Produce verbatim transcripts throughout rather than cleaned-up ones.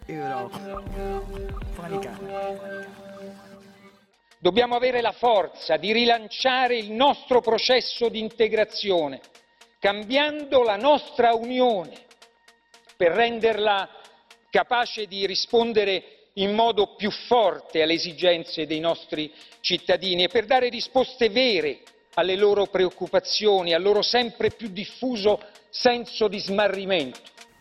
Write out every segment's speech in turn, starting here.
Eurofonica. Dobbiamo avere la forza di rilanciare il nostro processo di integrazione, cambiando la nostra Unione per renderla capace di rispondere in modo più forte alle esigenze dei nostri cittadini e per dare risposte vere alle loro preoccupazioni, al loro sempre più diffuso senso di smarrimento.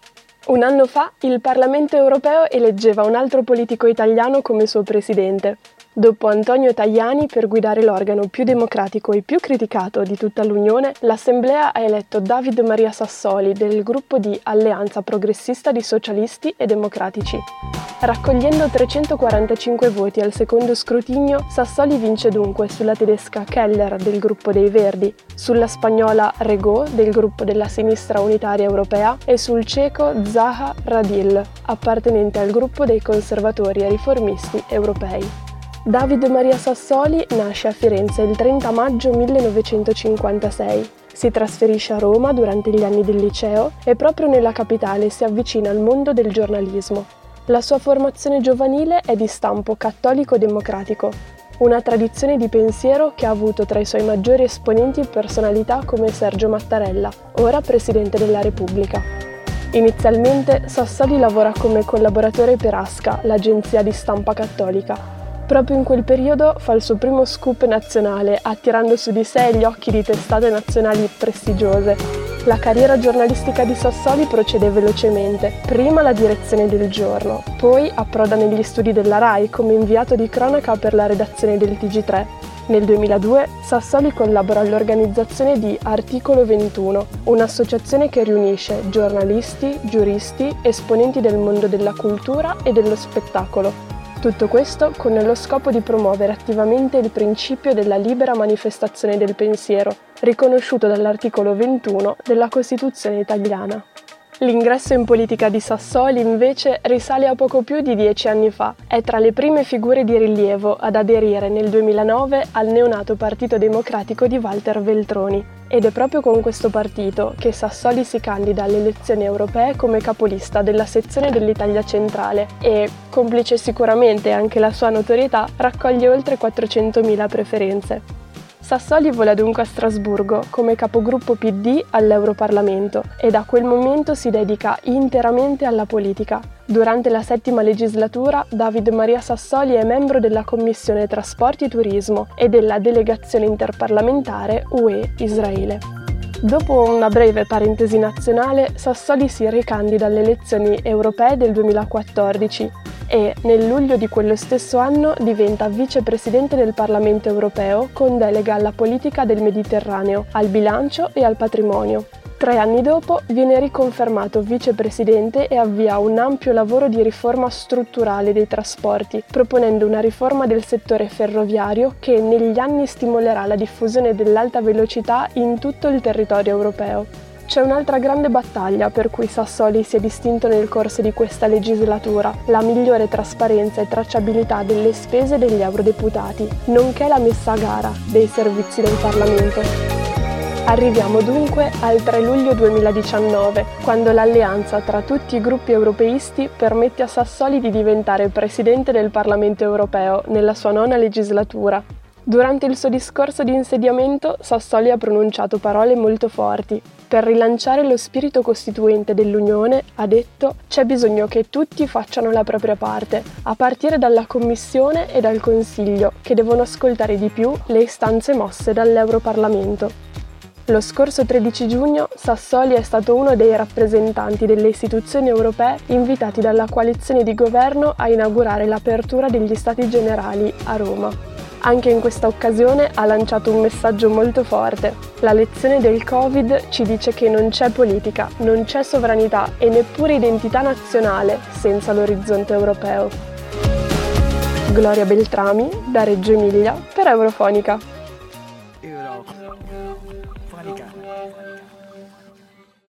Un anno fa il Parlamento europeo eleggeva un altro politico italiano come suo presidente. Dopo Antonio Tajani, per guidare l'organo più democratico e più criticato di tutta l'Unione, l'Assemblea ha eletto David Maria Sassoli del gruppo di Alleanza Progressista di Socialisti e Democratici. Raccogliendo trecentoquarantacinque voti al secondo scrutinio, Sassoli vince dunque sulla tedesca Keller del gruppo dei Verdi, sulla spagnola Rego del gruppo della Sinistra Unitaria Europea e sul ceco Zaha Radil, appartenente al gruppo dei Conservatori e Riformisti Europei. David Maria Sassoli nasce a Firenze il trenta maggio millenovecentocinquantasei. Si trasferisce a Roma durante gli anni del liceo e proprio nella capitale si avvicina al mondo del giornalismo. La sua formazione giovanile è di stampo cattolico-democratico, una tradizione di pensiero che ha avuto tra i suoi maggiori esponenti personalità come Sergio Mattarella, ora Presidente della Repubblica. Inizialmente Sassoli lavora come collaboratore per Asca, l'agenzia di stampa cattolica. Proprio in quel periodo fa il suo primo scoop nazionale, attirando su di sé gli occhi di testate nazionali prestigiose. La carriera giornalistica di Sassoli procede velocemente, prima la direzione del Giorno, poi approda negli studi della RAI come inviato di cronaca per la redazione del T G tre. Nel duemiladue Sassoli collabora all'organizzazione di Articolo ventuno, un'associazione che riunisce giornalisti, giuristi, esponenti del mondo della cultura e dello spettacolo. Tutto questo con lo scopo di promuovere attivamente il principio della libera manifestazione del pensiero, riconosciuto dall'articolo ventuno della Costituzione italiana. L'ingresso in politica di Sassoli, invece, risale a poco più di dieci anni fa. È tra le prime figure di rilievo ad aderire nel duemilanove al neonato Partito Democratico di Walter Veltroni. Ed è proprio con questo partito che Sassoli si candida alle elezioni europee come capolista della sezione dell'Italia centrale e, complice sicuramente anche la sua notorietà, raccoglie oltre quattrocentomila preferenze. Sassoli vola dunque a Strasburgo come capogruppo P D all'Europarlamento e da quel momento si dedica interamente alla politica. Durante la settima legislatura, David Maria Sassoli è membro della Commissione Trasporti e Turismo e della Delegazione Interparlamentare U E-Israele. Dopo una breve parentesi nazionale, Sassoli si ricandida alle elezioni europee del duemilaquattordici e, nel luglio di quello stesso anno, diventa vicepresidente del Parlamento europeo con delega alla politica del Mediterraneo, al bilancio e al patrimonio. Tre anni dopo viene riconfermato vicepresidente e avvia un ampio lavoro di riforma strutturale dei trasporti, proponendo una riforma del settore ferroviario che negli anni stimolerà la diffusione dell'alta velocità in tutto il territorio europeo. C'è un'altra grande battaglia per cui Sassoli si è distinto nel corso di questa legislatura, la migliore trasparenza e tracciabilità delle spese degli eurodeputati, nonché la messa a gara dei servizi del Parlamento. Arriviamo dunque al tre luglio duemiladiciannove, quando l'alleanza tra tutti i gruppi europeisti permette a Sassoli di diventare presidente del Parlamento europeo nella sua nona legislatura. Durante il suo discorso di insediamento, Sassoli ha pronunciato parole molto forti. Per rilanciare lo spirito costituente dell'Unione, ha detto, c'è bisogno che tutti facciano la propria parte, a partire dalla Commissione e dal Consiglio, che devono ascoltare di più le istanze mosse dall'Europarlamento. Lo scorso tredici giugno Sassoli è stato uno dei rappresentanti delle istituzioni europee invitati dalla coalizione di governo a inaugurare l'apertura degli Stati Generali a Roma. Anche in questa occasione ha lanciato un messaggio molto forte. La lezione del Covid ci dice che non c'è politica, non c'è sovranità e neppure identità nazionale senza l'orizzonte europeo. Gloria Beltrami, da Reggio Emilia, per Eurofonica.